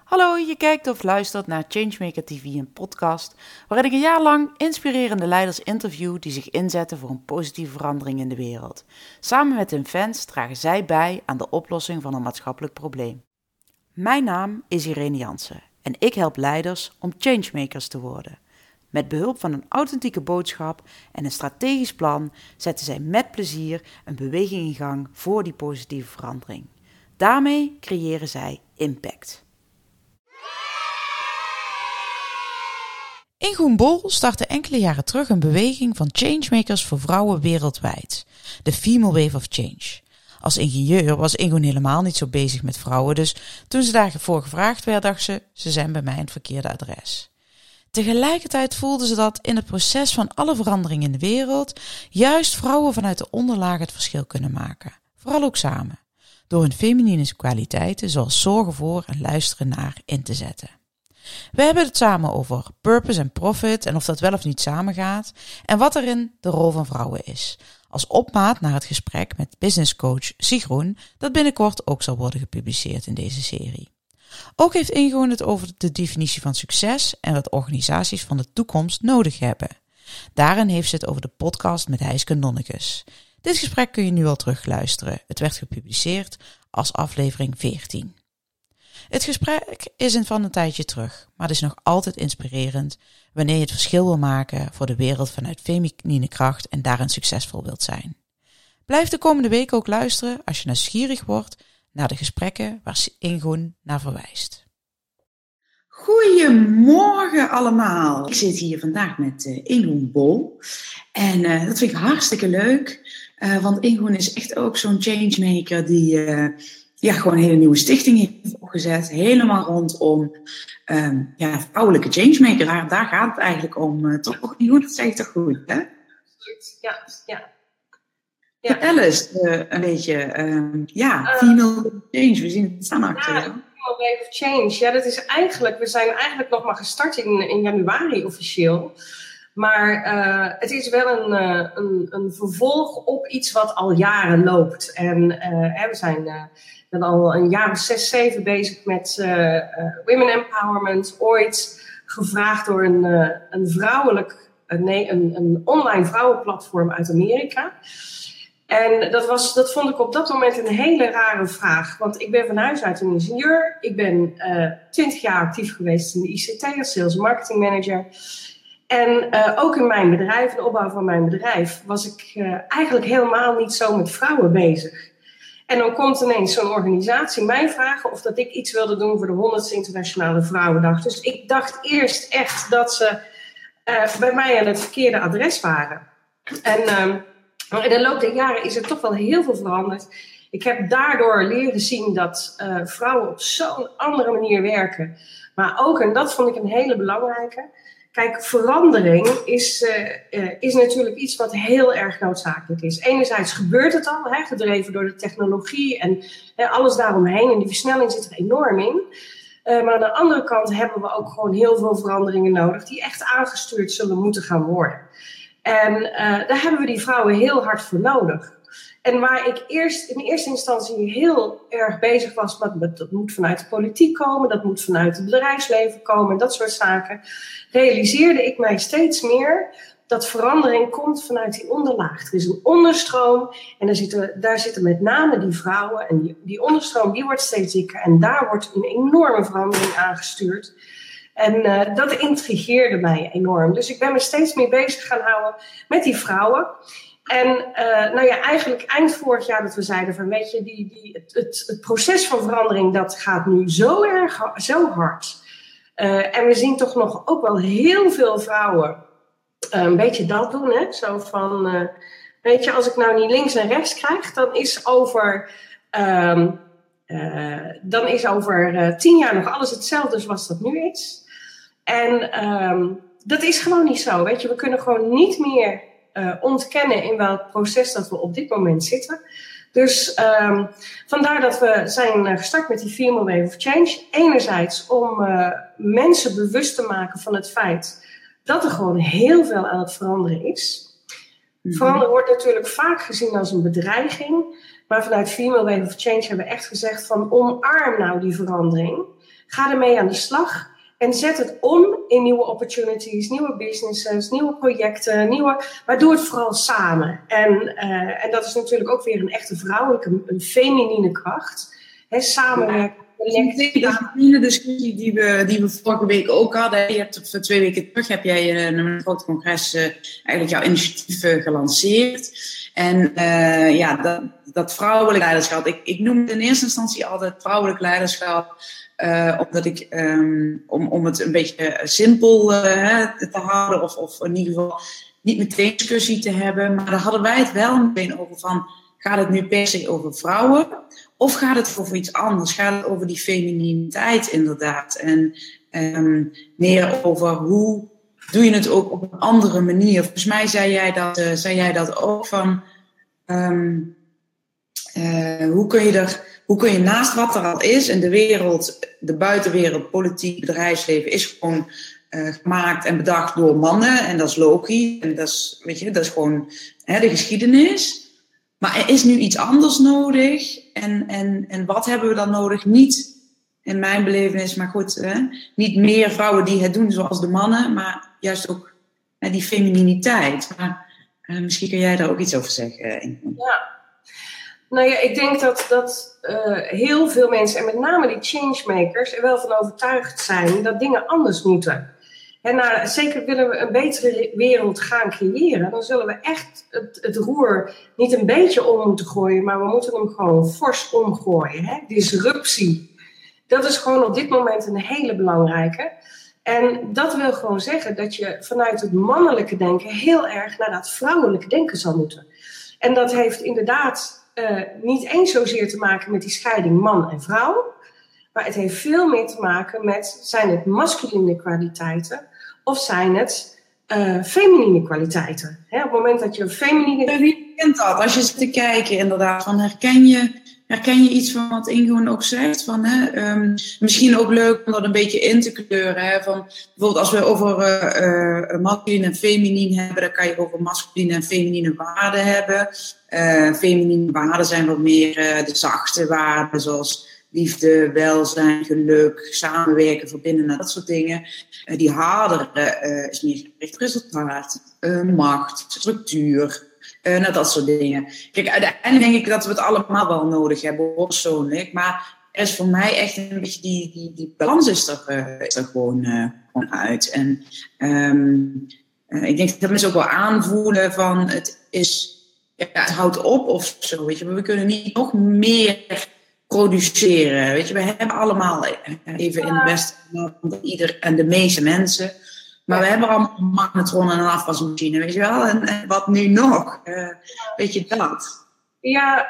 Hallo, je kijkt of luistert naar Changemaker TV, een podcast waarin ik een jaar lang inspirerende leiders interview die zich inzetten voor een positieve verandering in de wereld. Samen met hun fans dragen zij bij aan de oplossing van een maatschappelijk probleem. Mijn naam is Irene Jansen en ik help leiders om changemakers te worden. Met behulp van een authentieke boodschap en een strategisch plan zetten zij met plezier een beweging in gang voor die positieve verandering. Daarmee creëren zij impact. Ingoen Bol startte enkele jaren terug een beweging van changemakers voor vrouwen wereldwijd. De Female Wave of Change. Als ingenieur was Ingoen helemaal niet zo bezig met vrouwen, dus toen ze daarvoor gevraagd werd, dacht ze zijn bij mij het verkeerde adres. Tegelijkertijd voelde ze dat in het proces van alle veranderingen in de wereld juist vrouwen vanuit de onderlaag het verschil kunnen maken. Vooral ook samen. Door hun feminine kwaliteiten zoals zorgen voor en luisteren naar in te zetten. We hebben het samen over purpose en profit en of dat wel of niet samengaat en wat erin de rol van vrouwen is. Als opmaat naar het gesprek met businesscoach Sigroen dat binnenkort ook zal worden gepubliceerd in deze serie. Ook heeft Ingoen het over de definitie van succes en wat organisaties van de toekomst nodig hebben. Daarin heeft ze het over de podcast met Heiske Nonnekes. Dit gesprek kun je nu al terugluisteren. Het werd gepubliceerd als aflevering 14. Het gesprek is van een tijdje terug, maar het is nog altijd inspirerend wanneer je het verschil wil maken voor de wereld vanuit feminine kracht en daarin succesvol wilt zijn. Blijf de komende week ook luisteren als je nieuwsgierig wordt naar de gesprekken waar Ingoen naar verwijst. Goedemorgen allemaal. Ik zit hier vandaag met Ingoen Bol en dat vind ik hartstikke leuk, want Ingoen is echt ook zo'n changemaker die gewoon een hele nieuwe stichting heeft opgezet. Helemaal rondom vrouwelijke changemaker. Daar gaat het eigenlijk om. Toch, Ingoen, dat zeg je toch goed, hè? Absoluut, ja. Vertel eens een beetje, female change. We zien het staan achter jou. Female Wave of Change. Ja, dat is eigenlijk, we zijn eigenlijk nog maar gestart in januari officieel. Maar het is wel een vervolg op iets wat al jaren loopt. En we zijn al een jaar of 6, 7 bezig met women empowerment. Ooit gevraagd door een online vrouwenplatform uit Amerika. En dat vond ik op dat moment een hele rare vraag. Want ik ben van huis uit een ingenieur. Ik ben 20 jaar actief geweest in de ICT als sales marketing manager. En ook in mijn bedrijf, de opbouw van mijn bedrijf, was ik eigenlijk helemaal niet zo met vrouwen bezig. En dan komt ineens zo'n organisatie mij vragen of dat ik iets wilde doen voor de 100ste Internationale Vrouwendag. Dus ik dacht eerst echt dat ze bij mij aan het verkeerde adres waren. En in de loop der jaren is er toch wel heel veel veranderd. Ik heb daardoor leren zien dat vrouwen op zo'n andere manier werken. Maar ook, en dat vond ik een hele belangrijke. Kijk, verandering is natuurlijk iets wat heel erg noodzakelijk is. Enerzijds gebeurt het al, gedreven door de technologie en alles daaromheen. En die versnelling zit er enorm in. Maar aan de andere kant hebben we ook gewoon heel veel veranderingen nodig die echt aangestuurd zullen moeten gaan worden. En daar hebben we die vrouwen heel hard voor nodig. En waar ik in eerste instantie heel erg bezig was met dat moet vanuit de politiek komen, dat moet vanuit het bedrijfsleven komen en dat soort zaken, realiseerde ik mij steeds meer dat verandering komt vanuit die onderlaag. Er is een onderstroom en daar zitten met name die vrouwen en die onderstroom die wordt steeds dikker en daar wordt een enorme verandering aangestuurd. En dat intrigeerde mij enorm. Dus ik ben me steeds meer bezig gaan houden met die vrouwen. En eigenlijk eind vorig jaar dat we zeiden van weet je, het proces van verandering dat gaat nu zo hard. En we zien toch nog ook wel heel veel vrouwen een beetje dat doen. Hè? Zo van, weet je, als ik nou niet links en rechts krijg, dan is over 10 jaar nog alles hetzelfde zoals dat nu is. En dat is gewoon niet zo. Weet je, we kunnen gewoon niet meer ontkennen in welk proces dat we op dit moment zitten. Dus vandaar dat we zijn gestart met die Female Wave of Change. Enerzijds om mensen bewust te maken van het feit dat er gewoon heel veel aan het veranderen is. Veranderen wordt natuurlijk vaak gezien als een bedreiging. Maar vanuit Female Wave of Change hebben we echt gezegd van omarm nou die verandering. Ga ermee aan de slag. En zet het om in nieuwe opportunities, nieuwe businesses, nieuwe projecten, maar doe het vooral samen. En dat is natuurlijk ook weer een echte vrouwelijke, een feminine kracht. Samenwerken. Dat is een discussie die we vorige week ook hadden. Je hebt 2 weken terug heb jij een groot congres eigenlijk jouw initiatief gelanceerd. En dat vrouwelijk leiderschap. Ik noem het in eerste instantie altijd vrouwelijk leiderschap. Omdat ik, om het een beetje simpel te houden, of in ieder geval niet meteen discussie te hebben. Maar daar hadden wij het wel meteen over van, gaat het nu per se over vrouwen? Of gaat het over iets anders? Gaat het over die femininiteit inderdaad? En meer over hoe doe je het ook op een andere manier? Volgens mij zei jij dat ook van, hoe kun je naast wat er al is en de wereld, de buitenwereld, politiek, bedrijfsleven is gewoon gemaakt en bedacht door mannen en dat is logisch en dat is gewoon de geschiedenis. Maar er is nu iets anders nodig en wat hebben we dan nodig? Niet in mijn belevenis, maar goed, niet meer vrouwen die het doen zoals de mannen, maar juist ook die femininiteit. Maar misschien kun jij daar ook iets over zeggen, Inge. Ja. Nou ja, ik denk dat heel veel mensen, en met name die changemakers, er wel van overtuigd zijn dat dingen anders moeten. En zeker willen we een betere wereld gaan creëren, dan zullen we echt het roer niet een beetje om moeten gooien, maar we moeten hem gewoon fors omgooien. Disruptie, dat is gewoon op dit moment een hele belangrijke. En dat wil gewoon zeggen dat je vanuit het mannelijke denken heel erg naar dat vrouwelijke denken zal moeten. En dat heeft inderdaad niet eens zozeer te maken met die scheiding man en vrouw. Maar het heeft veel meer te maken met, zijn het masculine kwaliteiten of zijn het feminine kwaliteiten. Op het moment dat je een feminine... Wie kent dat? Als je zit te kijken inderdaad, van herken je iets van wat Inge ook zegt? Van, misschien ook leuk om dat een beetje in te kleuren. Van, bijvoorbeeld als we over masculine en feminien hebben, dan kan je over masculine en feminine waarden hebben. Feminine waarden zijn wat meer de zachte waarden, zoals liefde, welzijn, geluk, samenwerken, verbinden en dat soort dingen. Die hardere is meer gericht op resultaat, macht, structuur. Dat soort dingen. Kijk, uiteindelijk denk ik dat we het allemaal wel nodig hebben, persoonlijk. Maar er is voor mij echt een beetje die balans is er gewoon uit. En ik denk dat mensen ook wel aanvoelen van het houdt op of zo, weet je. Maar we kunnen niet nog meer produceren, weet je. We hebben allemaal even in de beste ieder en de meeste mensen. Maar we hebben allemaal een magnetron en een afwasmachine, weet je wel? En wat nu nog? Weet je dat? Ja,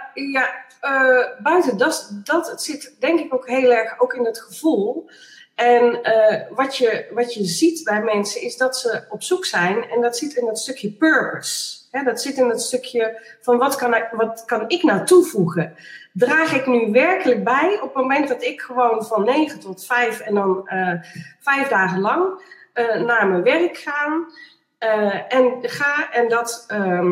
buiten dat, het zit denk ik ook heel erg ook in het gevoel. En wat je ziet bij mensen is dat ze op zoek zijn. En dat zit in dat stukje purpose. Dat zit in dat stukje van wat kan ik nou toevoegen? Draag ik nu werkelijk bij op het moment dat ik gewoon van 9 tot 5 en dan 5 dagen lang naar mijn werk gaan en dat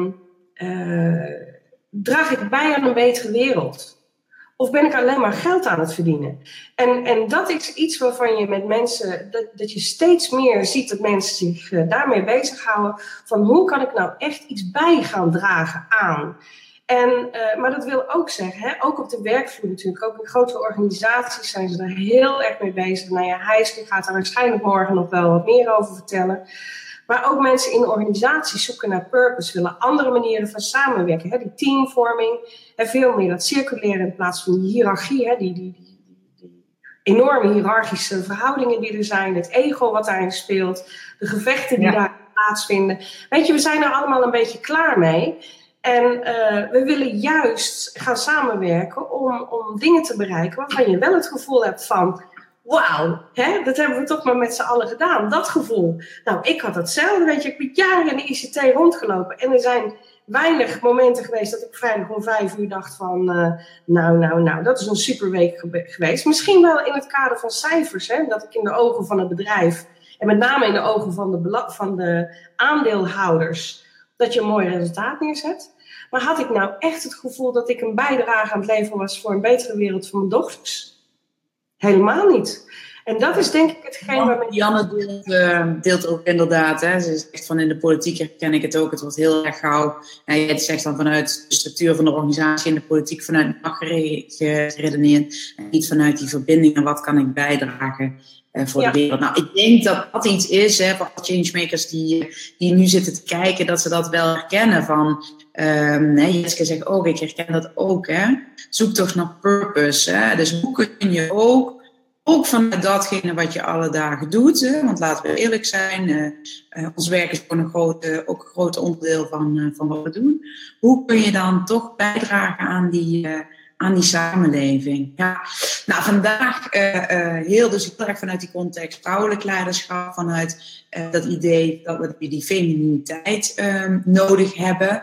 draag ik bij aan een betere wereld? Of ben ik alleen maar geld aan het verdienen? En dat is iets waarvan je met mensen, dat je steeds meer ziet dat mensen zich daarmee bezighouden. Van hoe kan ik nou echt iets bij gaan dragen aan? Maar dat wil ook zeggen, ook op de werkvloer natuurlijk, ook in grotere organisaties zijn ze daar heel erg mee bezig. Nou ja, Heiske gaat daar waarschijnlijk morgen nog wel wat meer over vertellen. Maar ook mensen in organisaties zoeken naar purpose, willen andere manieren van samenwerken. Die teamvorming, veel meer dat circuleren in plaats van die hiërarchie, die enorme hiërarchische verhoudingen die er zijn, het ego wat daarin speelt, de gevechten die daar plaatsvinden. Weet je, we zijn er allemaal een beetje klaar mee. En we willen juist gaan samenwerken om dingen te bereiken waarvan je wel het gevoel hebt van, wauw, dat hebben we toch maar met z'n allen gedaan, dat gevoel. Nou, ik had hetzelfde, weet je, ik ben jaren in de ICT rondgelopen en er zijn weinig momenten geweest dat ik vrijdag om 5 uur dacht van, nou, dat is een superweek geweest. Misschien wel in het kader van cijfers, dat ik in de ogen van het bedrijf en met name in de ogen van de aandeelhouders, dat je een mooi resultaat neerzet. Maar had ik nou echt het gevoel dat ik een bijdrage aan het leveren was voor een betere wereld voor mijn dochters? Helemaal niet. En dat is denk ik hetgeen waarmee... Janne deelt ook inderdaad. Hè, ze zegt van in de politiek herken ik het ook. Het wordt heel erg gauw. Het zegt dan vanuit de structuur van de organisatie en de politiek vanuit macht geredeneerd. En niet vanuit die verbindingen. Wat kan ik bijdragen voor de wereld? Nou, ik denk dat dat iets is voor changemakers die nu zitten te kijken. Dat ze dat wel herkennen van... Jeske zegt ook, ik herken dat ook. Hè? Zoek toch naar purpose. Hè? Dus hoe kun je ook vanuit datgene wat je alle dagen doet. Hè? Want laten we eerlijk zijn. Ons werk is gewoon ook een groot onderdeel van wat we doen. Hoe kun je dan toch bijdragen aan die samenleving? Ja. Nou, vandaag dus heel erg vanuit die context vrouwelijk leiderschap. Vanuit dat idee dat we die femininiteit nodig hebben.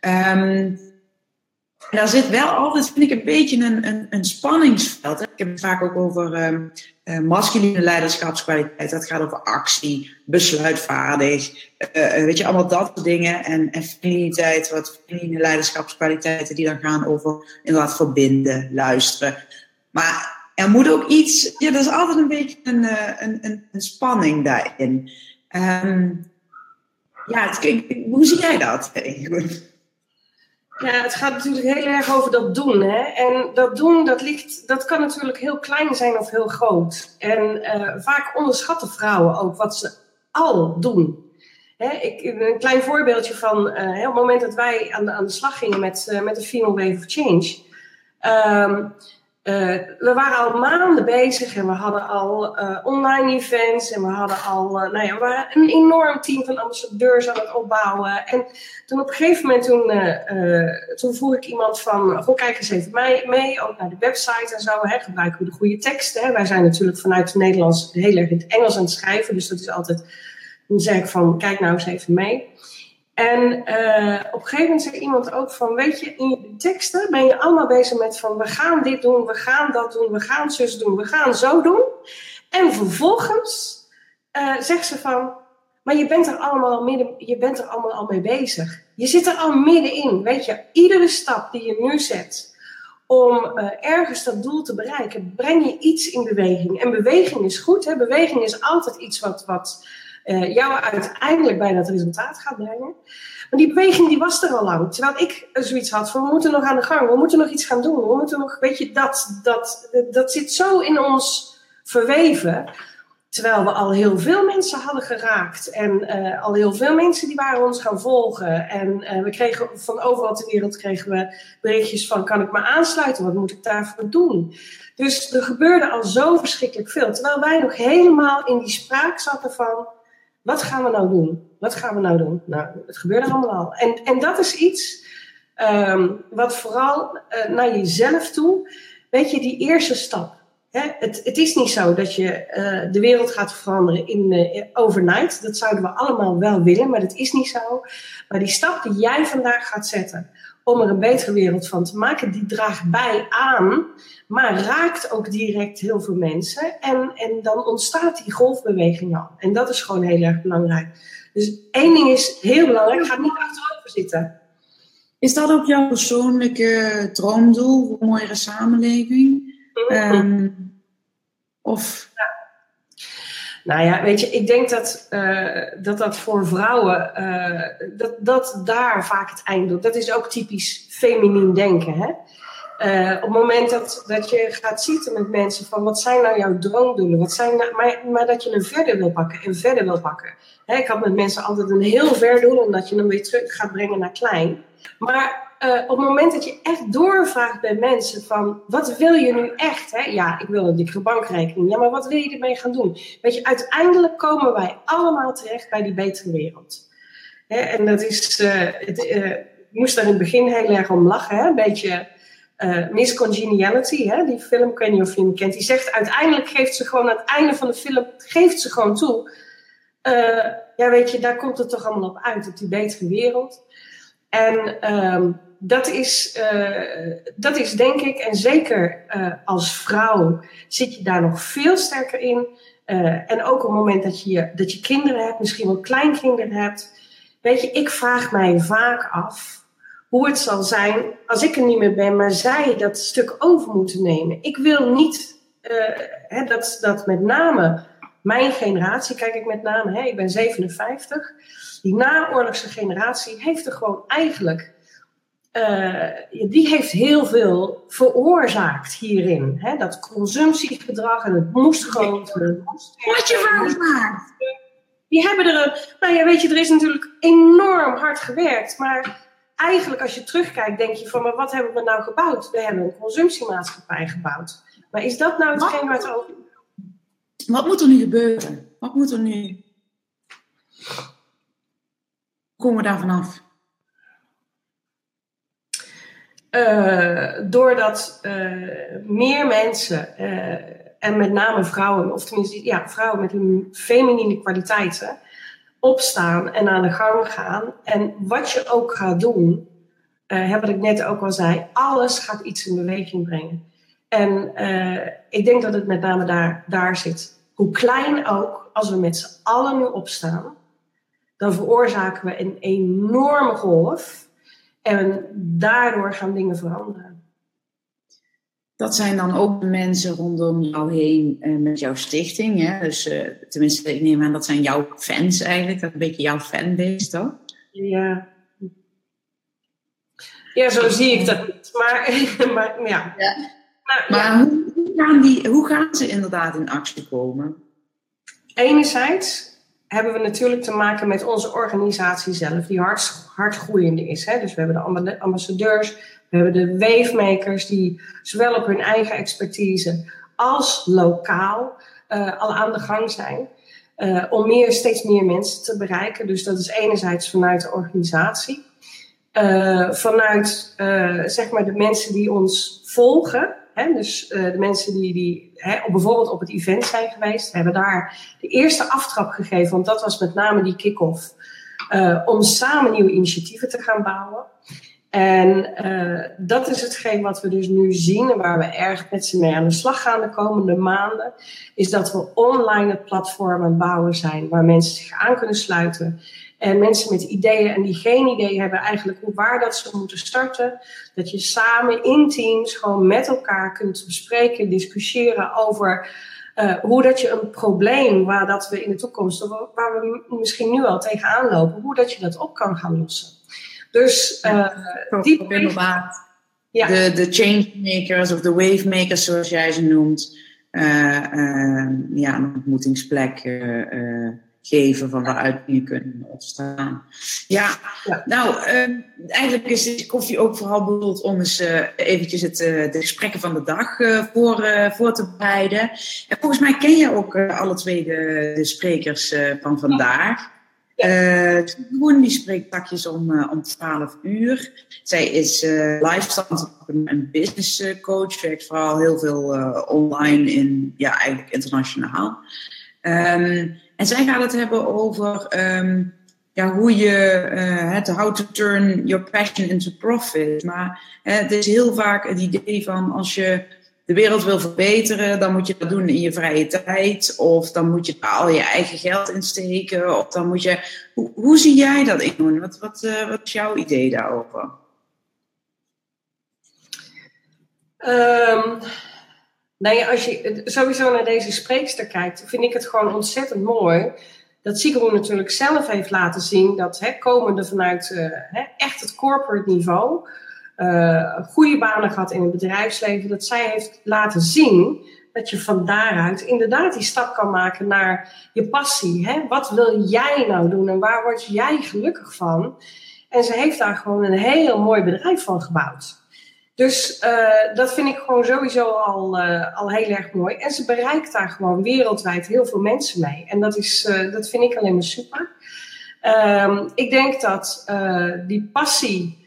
Daar zit wel altijd, vind ik, een beetje een spanningsveld. Hè? Ik heb het vaak ook over masculine leiderschapskwaliteit. Dat gaat over actie, besluitvaardig. Weet je, allemaal dat soort dingen. En femininiteit, wat feminine leiderschapskwaliteiten die dan gaan over inderdaad verbinden, luisteren. Maar er moet ook iets, ja, er is altijd een beetje een spanning daarin. Hoe zie jij dat? Ja, het gaat natuurlijk heel erg over dat doen. Hè? En dat doen, dat kan natuurlijk heel klein zijn of heel groot. En vaak onderschatten vrouwen ook wat ze al doen. Hè? Een klein voorbeeldje van op het moment dat wij aan de slag gingen met de Female Wave of Change. We waren al maanden bezig en we hadden al online events en we hadden al we waren een enorm team van ambassadeurs aan het opbouwen. En toen op een gegeven moment toen vroeg ik iemand van, goh, kijk eens even mee, ook naar de website en zo, gebruiken we de goede teksten. Hè? Wij zijn natuurlijk vanuit het Nederlands heel erg in het Engels aan het schrijven, dus dat is altijd, dan zeg ik van, kijk nou eens even mee. En op een gegeven moment zei iemand ook van, weet je, in je teksten ben je allemaal bezig met van, we gaan dit doen, we gaan dat doen, we gaan zus doen, we gaan zo doen. En vervolgens zegt ze van, maar je bent er allemaal al mee bezig. Je zit er al middenin, weet je. Iedere stap die je nu zet om ergens dat doel te bereiken, breng je iets in beweging. En beweging is goed, hè. Beweging is altijd iets wat jou uiteindelijk bij dat resultaat gaat brengen. Maar die beweging die was er al lang. Terwijl ik zoiets had van, we moeten nog aan de gang. We moeten nog iets gaan doen. We moeten nog, weet je, dat zit zo in ons verweven. Terwijl we al heel veel mensen hadden geraakt. En al heel veel mensen die waren ons gaan volgen. En we kregen van overal ter wereld berichtjes van, kan ik me aansluiten? Wat moet ik daarvoor doen? Dus er gebeurde al zo verschrikkelijk veel. Terwijl wij nog helemaal in die spraak zaten van, wat gaan we nou doen? Wat gaan we nou doen? Nou, het gebeurde allemaal al. En dat is iets wat vooral naar jezelf toe, weet je, die eerste stap. Hè? Het is niet zo dat je de wereld gaat veranderen in overnight. Dat zouden we allemaal wel willen, maar dat is niet zo. Maar die stap die jij vandaag gaat zetten om er een betere wereld van te maken, die draagt bij aan, maar raakt ook direct heel veel mensen. En dan ontstaat die golfbeweging al. En dat is gewoon heel erg belangrijk. Dus één ding is heel belangrijk, ga niet achterover zitten. Is dat ook jouw persoonlijke droomdoel voor een mooiere samenleving? Of... Ja. Nou ja, weet je, ik denk dat voor vrouwen, dat daar vaak het einddoel, dat is ook typisch feminien denken, hè? Op het moment dat je gaat zitten met mensen van, wat zijn nou jouw droomdoelen? Wat zijn nou, maar dat je hem verder wil pakken en verder wil pakken. Hè, ik had met mensen altijd een heel ver doel en dat je hem weer terug gaat brengen naar klein. Maar op het moment dat je echt doorvraagt bij mensen van, wat wil je nu echt? Hè? Ja, ik wil een dikkere bankrekening. Ja, maar wat wil je ermee gaan doen? Weet je, uiteindelijk komen wij allemaal terecht bij die betere wereld. Hè? En dat is, ik moest daar in het begin heel erg om lachen. Hè? Een beetje Miss Congeniality, hè? Die film, ik weet niet of je hem kent. Die zegt, uiteindelijk geeft ze gewoon aan het einde van de film, geeft ze gewoon toe. Ja, weet je, daar komt het toch allemaal op uit, op die betere wereld. En dat is denk ik, en zeker als vrouw zit je daar nog veel sterker in. En ook op het moment dat je kinderen hebt, misschien wel kleinkinderen hebt. Weet je, ik vraag mij vaak af hoe het zal zijn als ik er niet meer ben, maar zij dat stuk over moeten nemen. Ik wil niet dat met name mijn generatie, kijk ik met name, ik ben 57, die naoorlogse generatie heeft er gewoon eigenlijk, die heeft heel veel veroorzaakt hierin. Dat consumptiegedrag en het moest groter. Wat je veroorzaakt? Die hebben er is natuurlijk enorm hard gewerkt, maar eigenlijk als je terugkijkt denk je van, maar wat hebben we nou gebouwd? We hebben een consumptiemaatschappij gebouwd. Maar is dat nou hetgeen waar het over... Wat moet er nu gebeuren? Wat moet er nu... Hoe komen we daar vanaf? Doordat meer mensen, en met name vrouwen, of tenminste vrouwen met hun feminine kwaliteiten, opstaan en aan de gang gaan. En wat je ook gaat doen, wat ik net ook al zei, alles gaat iets in beweging brengen. En ik denk dat het met name daar zit. Hoe klein ook, als we met z'n allen nu opstaan, dan veroorzaken we een enorme golf. En daardoor gaan dingen veranderen. Dat zijn dan ook de mensen rondom jou heen met jouw stichting. Hè? Dus tenminste, ik neem aan dat zijn jouw fans eigenlijk. Dat is een beetje jouw fanbase, toch? Ja. Ja, zo zie ik dat niet. Maar ja. Maar hoe gaan ze inderdaad in actie komen? Enerzijds hebben we natuurlijk te maken met onze organisatie zelf, die hard groeiende is. Dus we hebben de ambassadeurs, we hebben de wavemakers, die zowel op hun eigen expertise als lokaal al aan de gang zijn. Om steeds meer mensen te bereiken. Dus dat is enerzijds vanuit de organisatie. Vanuit zeg maar de mensen die ons volgen. Dus de mensen die bijvoorbeeld op het event zijn geweest, hebben daar de eerste aftrap gegeven, want dat was met name die kick-off, om samen nieuwe initiatieven te gaan bouwen. En dat is hetgeen wat we dus nu zien en waar we erg met z'n mee aan de slag gaan de komende maanden, is dat we online het platform aan het bouwen zijn, waar mensen zich aan kunnen sluiten. En mensen met ideeën en die geen idee hebben eigenlijk waar dat ze moeten starten. Dat je samen in teams gewoon met elkaar kunt bespreken, discussiëren over hoe dat je een probleem waar dat we in de toekomst, waar we misschien nu al tegenaan lopen, hoe dat je dat op kan gaan lossen. Dus inderdaad. Ja. De changemakers of de wavemakers zoals jij ze noemt, een ontmoetingsplek geven van waaruit je kunnen ontstaan. Ja. Nou, eigenlijk is de koffie ook vooral bedoeld om eens eventjes de gesprekken van de dag voor te bereiden. En volgens mij ken je ook alle twee de sprekers van vandaag. Groen die spreekt takjes om 12 uur. Zij is lifestyle en business coach. Werkt vooral heel veel online eigenlijk internationaal. En zij gaat het hebben over hoe je how to turn your passion into profit. Maar het is heel vaak het idee van als je de wereld wil verbeteren, dan moet je dat doen in je vrije tijd. Of dan moet je daar al je eigen geld in steken. Of dan moet je... Hoe zie jij dat, Ingun? Wat is jouw idee daarover? Als je sowieso naar deze spreekster kijkt, vind ik het gewoon ontzettend mooi dat Sigrun natuurlijk zelf heeft laten zien dat komende vanuit echt het corporate niveau, goede banen gehad in het bedrijfsleven, dat zij heeft laten zien dat je van daaruit inderdaad die stap kan maken naar je passie. Wat wil jij nou doen en waar word jij gelukkig van? En ze heeft daar gewoon een heel mooi bedrijf van gebouwd. Dus dat vind ik gewoon sowieso al heel erg mooi. En ze bereikt daar gewoon wereldwijd heel veel mensen mee. En dat vind ik alleen maar super. Ik denk dat die passie,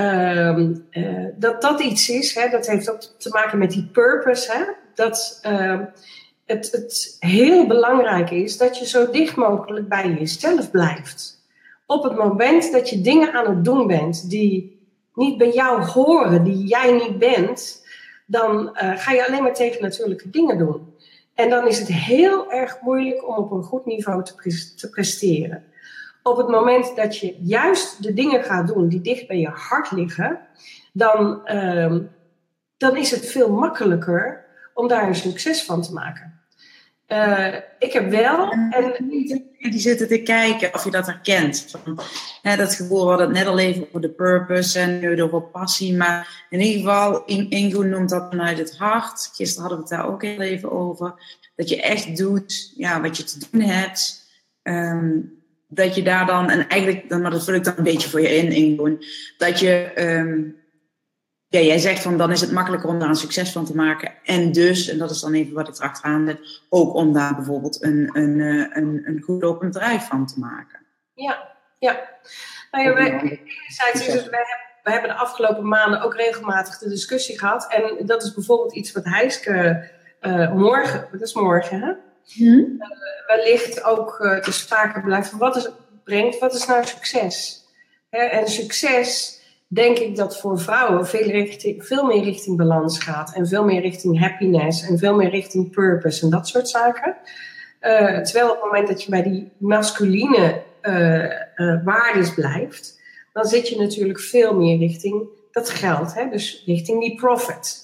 dat iets is. Dat heeft ook te maken met die purpose. Dat het heel belangrijk is dat je zo dicht mogelijk bij jezelf blijft. Op het moment dat je dingen aan het doen bent die niet bij jou horen, die jij niet bent, dan ga je alleen maar tegennatuurlijke dingen doen. En dan is het heel erg moeilijk om op een goed niveau te presteren. Op het moment dat je juist de dingen gaat doen die dicht bij je hart liggen, dan is het veel makkelijker om daar een succes van te maken. Ik heb wel... Die zitten te kijken of je dat herkent. Dat gevoel, we hadden het net al even over de purpose en nu over passie. Maar in ieder geval, Ingun noemt dat vanuit het hart. Gisteren hadden we het daar ook heel even over. Dat je echt doet wat je te doen hebt. Dat je daar dan, en eigenlijk, maar dat vul ik dan een beetje voor je in, Ingun. Dat je... jij zegt van dan is het makkelijker om daar een succes van te maken. En dus, en dat is dan even wat ik erachteraan zet, ook om daar bijvoorbeeld een goed lopend bedrijf van te maken. Ja. Nou ja, enerzijds is het, wij hebben de afgelopen maanden ook regelmatig de discussie gehad. En dat is bijvoorbeeld iets wat Heiske morgen, dat is morgen hè? Wellicht ook te sprake blijft van wat is nou succes? En succes... denk ik dat voor vrouwen veel meer richting balans gaat. En veel meer richting happiness. En veel meer richting purpose. En dat soort zaken. Terwijl op het moment dat je bij die masculine waardes blijft. Dan zit je natuurlijk veel meer richting dat geld. Hè? Dus richting die profit.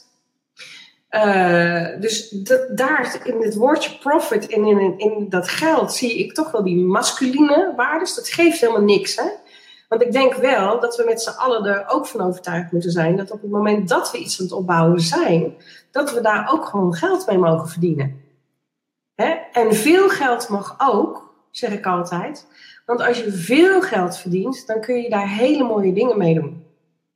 Dus daar in het woordje profit en in dat geld zie ik toch wel die masculine waardes. Dat geeft helemaal niks, hè. Want ik denk wel dat we met z'n allen er ook van overtuigd moeten zijn dat op het moment dat we iets aan het opbouwen zijn, dat we daar ook gewoon geld mee mogen verdienen. Hè? En veel geld mag ook, zeg ik altijd. Want als je veel geld verdient, dan kun je daar hele mooie dingen mee doen.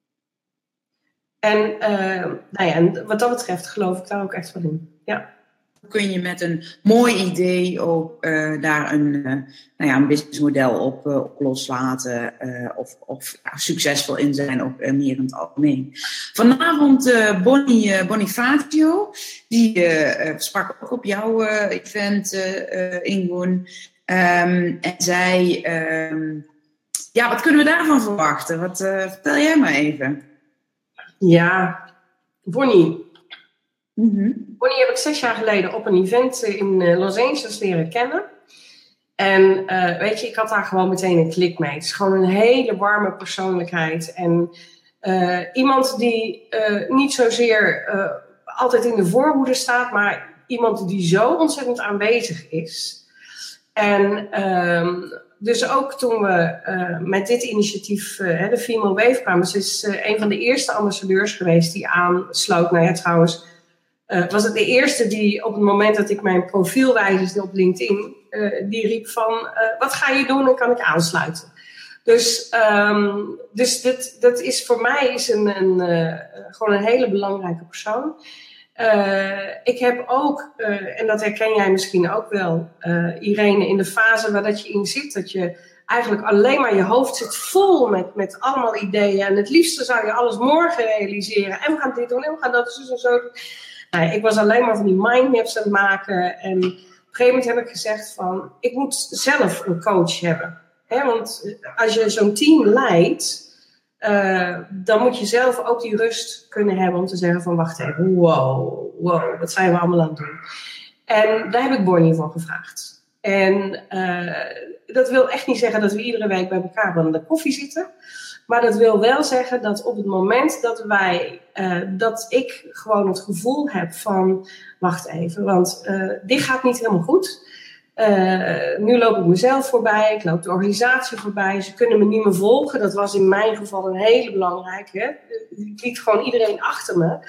En wat dat betreft geloof ik daar ook echt wel in. Ja. Kun je met een mooi idee ook daar een businessmodel op loslaten of succesvol in zijn, ook meer in het algemeen. Vanavond Bonnie Bonifacio, die sprak ook op jouw event, Ingun. En zij, wat kunnen we daarvan verwachten? Vertel jij maar even. Ja, Bonnie. Bonnie heb ik 6 jaar geleden op een event in Los Angeles leren kennen. En weet je, ik had daar gewoon meteen een klik mee. Het is gewoon een hele warme persoonlijkheid. En iemand die niet zozeer altijd in de voorhoede staat, maar iemand die zo ontzettend aanwezig is. En dus ook toen we met dit initiatief, de Female Wave kwamen. Ze is een van de eerste ambassadeurs geweest die aansloot. Nou ja, trouwens... was het de eerste die op het moment dat ik mijn profiel wijzigde op LinkedIn, die riep van, wat ga je doen en kan ik aansluiten? Dus dat is voor mij gewoon een hele belangrijke persoon. Ik heb ook, en dat herken jij misschien ook wel, Irene, in de fase waar dat je in zit, dat je eigenlijk alleen maar je hoofd zit vol met allemaal ideeën en het liefste zou je alles morgen realiseren en we gaan dit doen en we gaan dat dus en zo doen. Nou, ik was alleen maar van die mindmaps aan het maken. En op een gegeven moment heb ik gezegd van, ik moet zelf een coach hebben. Want als je zo'n team leidt, dan moet je zelf ook die rust kunnen hebben om te zeggen van, wacht even, wow, wat zijn we allemaal aan het doen? En daar heb ik Bonnie voor gevraagd. En dat wil echt niet zeggen dat we iedere week bij elkaar aan de koffie zitten. Maar dat wil wel zeggen dat op het moment dat ik gewoon het gevoel heb van, wacht even, want dit gaat niet helemaal goed. Nu loop ik mezelf voorbij, ik loop de organisatie voorbij, ze kunnen me niet meer volgen. Dat was in mijn geval een hele belangrijke. Ik liet gewoon iedereen achter me.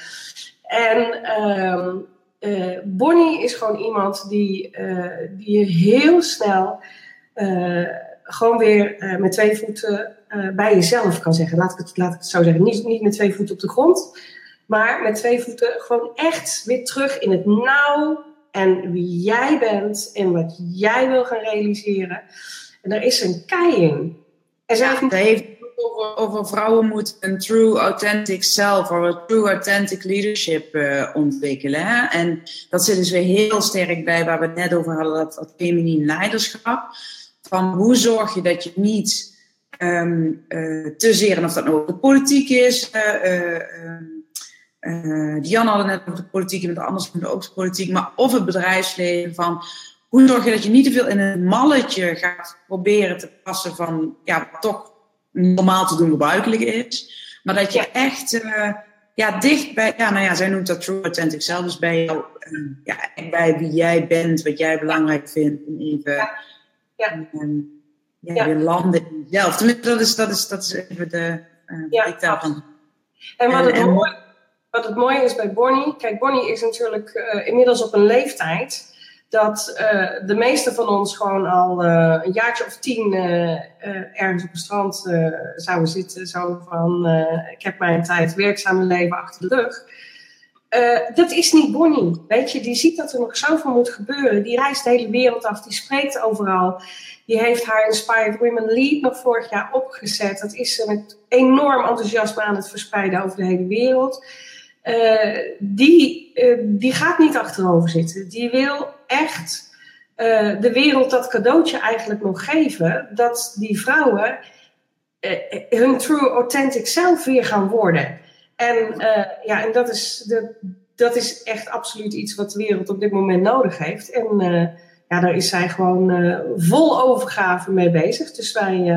En Bonnie is gewoon iemand die je heel snel gewoon weer met 2 voeten bij jezelf kan zeggen. Laat ik het zo zeggen. Niet met 2 voeten op de grond, maar met 2 voeten gewoon echt weer terug in het nauw en wie jij bent en wat jij wil gaan realiseren. En daar is een kei in. En zij heeft over vrouwen moeten een true authentic self of een true authentic leadership ontwikkelen. Hè? En dat zit dus weer heel sterk bij waar we het net over hadden, dat feminien leiderschap. Van hoe zorg je dat je niet te zeer, en of dat nou de politiek is, Diane had het net over de politiek, en anders komt ook de politiek, maar of het bedrijfsleven, van hoe zorg je dat je niet te veel in een malletje gaat proberen te passen van, ja, wat toch normaal te doen gebruikelijk is, maar dat je echt Ja, dicht bij, zij noemt dat true authentic zelf, dus bij jou, bij wie jij bent, wat jij belangrijk vindt, en even weer landen in jezelf. Tenminste, dat is even de ik daarvan. En wat het mooie is bij Bonnie, kijk, Bonnie is natuurlijk inmiddels op een leeftijd dat de meeste van ons gewoon al een jaartje of 10 ergens op het strand zouden zitten. Zo van, ik heb mijn tijd werkzame leven achter de rug. Dat is niet Bonnie, weet je. Die ziet dat er nog zoveel moet gebeuren. Die reist de hele wereld af, die spreekt overal. Die heeft haar Inspired Women Lead nog vorig jaar opgezet. Dat is ze met enorm enthousiasme aan het verspreiden over de hele wereld. Die gaat niet achterover zitten. Die wil echt de wereld dat cadeautje eigenlijk nog geven. Dat die vrouwen hun true authentic zelf weer gaan worden. En dat is echt absoluut iets wat de wereld op dit moment nodig heeft. En daar is zij gewoon vol overgave mee bezig. Dus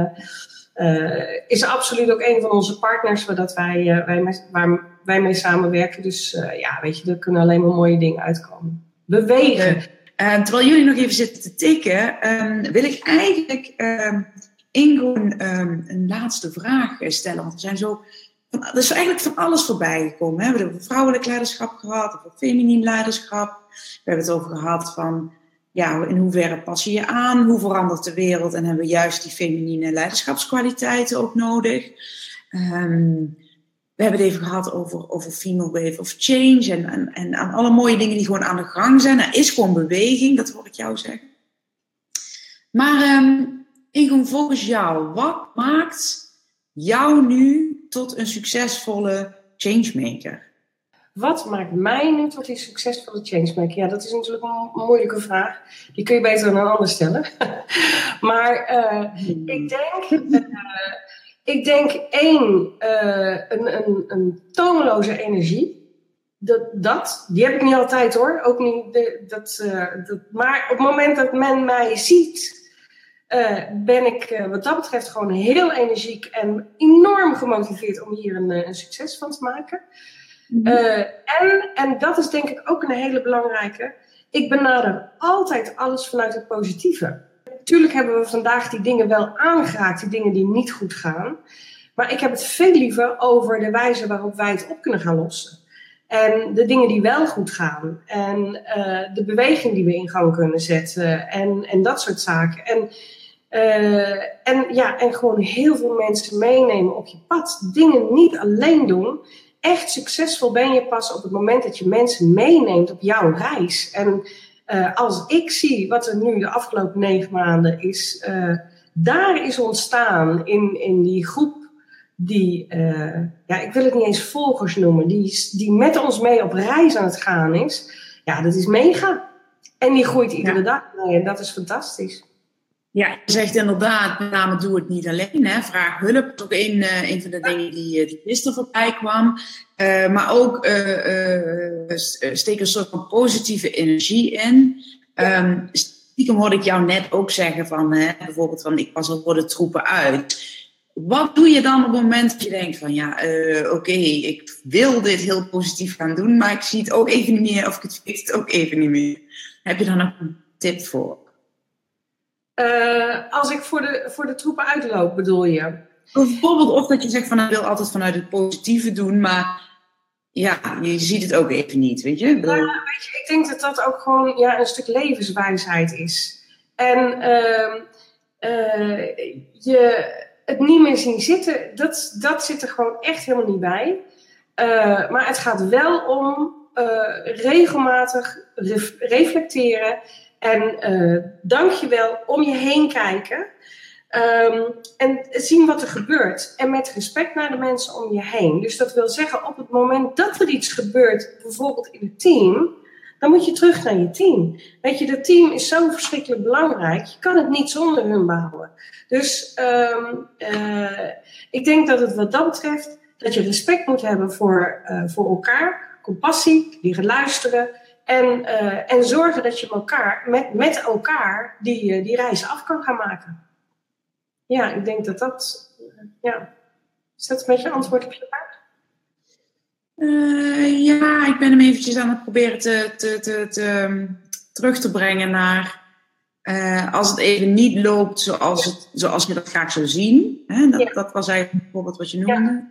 is absoluut ook een van onze partners waar wij mee samenwerken. Dus weet je, er kunnen alleen maar mooie dingen uitkomen. Bewegen. Terwijl jullie nog even zitten te tikken, wil ik eigenlijk Ingo een laatste vraag stellen. Want er is eigenlijk van alles voorbij gekomen. Hè? We hebben over vrouwelijk leiderschap gehad, over feminien leiderschap. We hebben het over gehad van, in hoeverre pas je je aan? Hoe verandert de wereld? En hebben we juist die feminine leiderschapskwaliteiten ook nodig? We hebben het even gehad over Female Wave of Change. En aan alle mooie dingen die gewoon aan de gang zijn. Er is gewoon beweging, dat hoor ik jou zeggen. Maar Ingo, volgens jou, wat maakt jou nu tot een succesvolle changemaker? Wat maakt mij nu tot een succesvolle changemaker? Ja, dat is natuurlijk een moeilijke vraag. Die kun je beter aan een ander stellen. Maar ik denk een toonloze energie. Die heb ik niet altijd hoor. Ook niet, maar op het moment dat men mij ziet, ben ik wat dat betreft gewoon heel energiek en enorm gemotiveerd om hier een succes van te maken. En dat is denk ik ook een hele belangrijke. Ik benader altijd alles vanuit het positieve. Natuurlijk hebben we vandaag die dingen wel aangeraakt, die dingen die niet goed gaan. Maar ik heb het veel liever over de wijze waarop wij het op kunnen gaan lossen. En de dingen die wel goed gaan. En de beweging die we in gang kunnen zetten. En dat soort zaken. En gewoon heel veel mensen meenemen op je pad. Dingen niet alleen doen. Echt succesvol ben je pas op het moment dat je mensen meeneemt op jouw reis. En als ik zie wat er nu de afgelopen 9 maanden is, daar is ontstaan in die groep die, ik wil het niet eens volgers noemen, die met ons mee op reis aan het gaan is. Ja, dat is mega. En die groeit iedere dag mee en dat is fantastisch. Ja, je zegt inderdaad, met name doe het niet alleen. Hè. Vraag hulp, dat is ook een van de dingen die gisteren voorbij kwam. Maar ook steek een soort van positieve energie in. Stiekem hoorde ik jou net ook zeggen van, bijvoorbeeld van, ik pas al voor de troepen uit. Wat doe je dan op het moment dat je denkt van, ik wil dit heel positief gaan doen, maar ik zie het ook even niet meer, of ik weet het ook even niet meer. Heb je daar nog een tip voor? Als ik voor de troepen uitloop, bedoel je? Bijvoorbeeld of dat je zegt van, ik wil altijd vanuit het positieve doen, maar ja, je ziet het ook even niet, weet je? Weet je, ik denk dat dat ook gewoon een stuk levenswijsheid is. En het niet meer zien zitten, dat zit er gewoon echt helemaal niet bij. Maar het gaat wel om regelmatig reflecteren. En dankjewel om je heen kijken. En zien wat er gebeurt. En met respect naar de mensen om je heen. Dus dat wil zeggen, op het moment dat er iets gebeurt, bijvoorbeeld in het team, dan moet je terug naar je team. Weet je, dat team is zo verschrikkelijk belangrijk. Je kan het niet zonder hun bouwen. Dus ik denk dat het wat dat betreft, dat je respect moet hebben voor elkaar. Compassie, leren luisteren. En zorgen dat je met elkaar die reis af kan gaan maken. Ja, ik denk dat. Is dat een beetje antwoord op je vraag? Ja, ik ben hem eventjes aan het proberen terug te brengen naar... als het even niet loopt zoals je dat graag zou zien. Hè? Dat was eigenlijk bijvoorbeeld wat je noemde.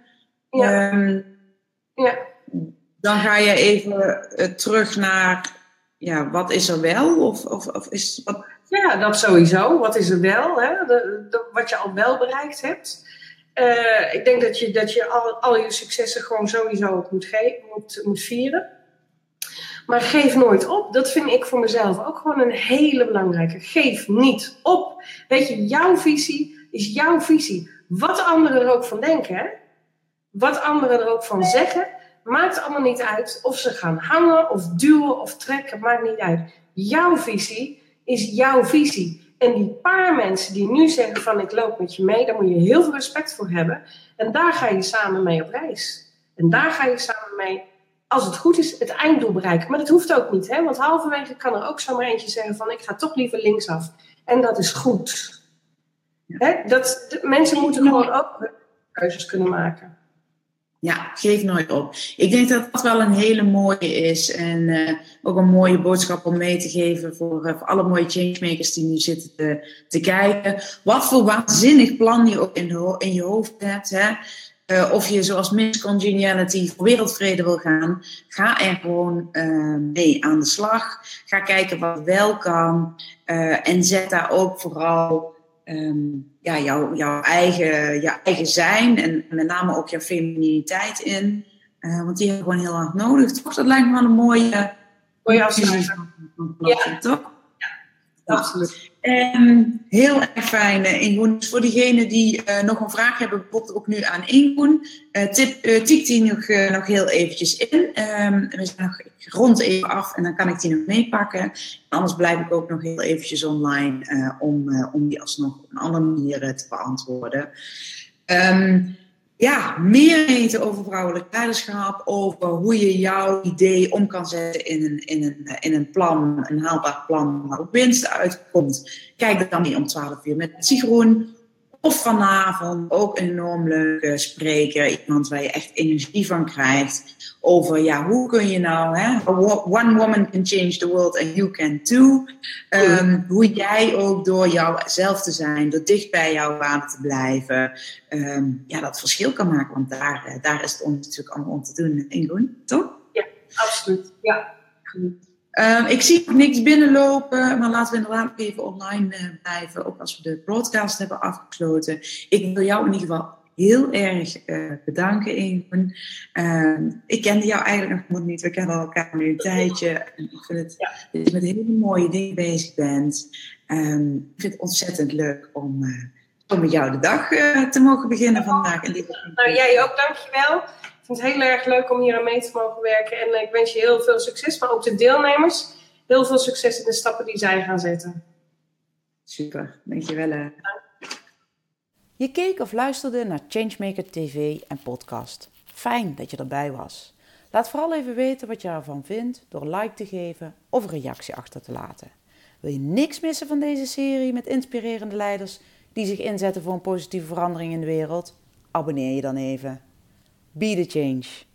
Ja. Dan ga je even terug naar... Ja, wat is er wel? Of is wat... Ja, dat sowieso. Wat is er wel? Hè? Wat je al wel bereikt hebt. Ik denk dat je al je successen gewoon sowieso moet vieren. Maar geef nooit op. Dat vind ik voor mezelf ook gewoon een hele belangrijke. Geef niet op. Weet je, jouw visie is jouw visie. Wat anderen er ook van denken, hè? Wat anderen er ook van zeggen, maakt allemaal niet uit. Of ze gaan hangen of duwen of trekken, maakt niet uit. Jouw visie is jouw visie. En die paar mensen die nu zeggen van ik loop met je mee, daar moet je heel veel respect voor hebben. En daar ga je samen mee op reis. En daar ga je samen mee, als het goed is, het einddoel bereiken. Maar dat hoeft ook niet, hè? Want halverwege kan er ook zomaar eentje zeggen van ik ga toch liever linksaf. En dat is goed. Hè? Mensen moeten gewoon ook keuzes kunnen maken. Ja, geef nooit op. Ik denk dat dat wel een hele mooie is. En ook een mooie boodschap om mee te geven voor alle mooie changemakers die nu zitten te kijken. Wat voor waanzinnig plan je ook in je hoofd hebt. Hè? Of je zoals Miss Congeniality voor wereldvrede wil gaan. Ga er gewoon mee aan de slag. Ga kijken wat wel kan. En zet daar ook vooral... jouw eigen zijn en met name ook jouw femininiteit in. Want die hebben we gewoon heel erg nodig. Toch? Dat lijkt me wel een mooie afsluiting. Ja, toch? Ja, absoluut. Heel erg fijn, Ingoen. Voor diegenen die nog een vraag hebben, bijvoorbeeld ook nu aan Ingoen, tik die nog heel eventjes in. We zijn nog rond even af en dan kan ik die nog meepakken. Anders blijf ik ook nog heel eventjes online om die alsnog op een andere manier te beantwoorden. Meer weten over vrouwelijk leiderschap, over hoe je jouw idee om kan zetten in een plan, een haalbaar plan waar ook winst uitkomt. Kijk er dan mee om 12 uur met Sigroen. Of vanavond ook een enorm leuke spreker, iemand waar je echt energie van krijgt. Over hoe kun je nou, one woman can change the world and you can too. Hoe jij ook door jouzelf te zijn, door dicht bij jouw waarde te blijven, dat verschil kan maken. Want daar is het ons natuurlijk allemaal om te doen, Ingoen, toch? Ja, absoluut. Ja. Ik zie nog niks binnenlopen, maar laten we inderdaad nog even online blijven, ook als we de broadcast hebben afgesloten. Ik wil jou in ieder geval heel erg bedanken, Ingoen. Ik kende jou eigenlijk nog niet, we kennen elkaar nu een tijdje. En ik vind het dat je met hele mooie dingen bezig bent. Ik vind het ontzettend leuk om met jou de dag te mogen beginnen vandaag. Nou, jij ook, dankjewel. Ik vind het heel erg leuk om hier aan mee te mogen werken. En ik wens je heel veel succes, maar ook de deelnemers. Heel veel succes in de stappen die zij gaan zetten. Super, dankjewel. Je keek of luisterde naar Changemaker TV en podcast. Fijn dat je erbij was. Laat vooral even weten wat je ervan vindt door een like te geven of een reactie achter te laten. Wil je niks missen van deze serie met inspirerende leiders die zich inzetten voor een positieve verandering in de wereld? Abonneer je dan even. Be the change.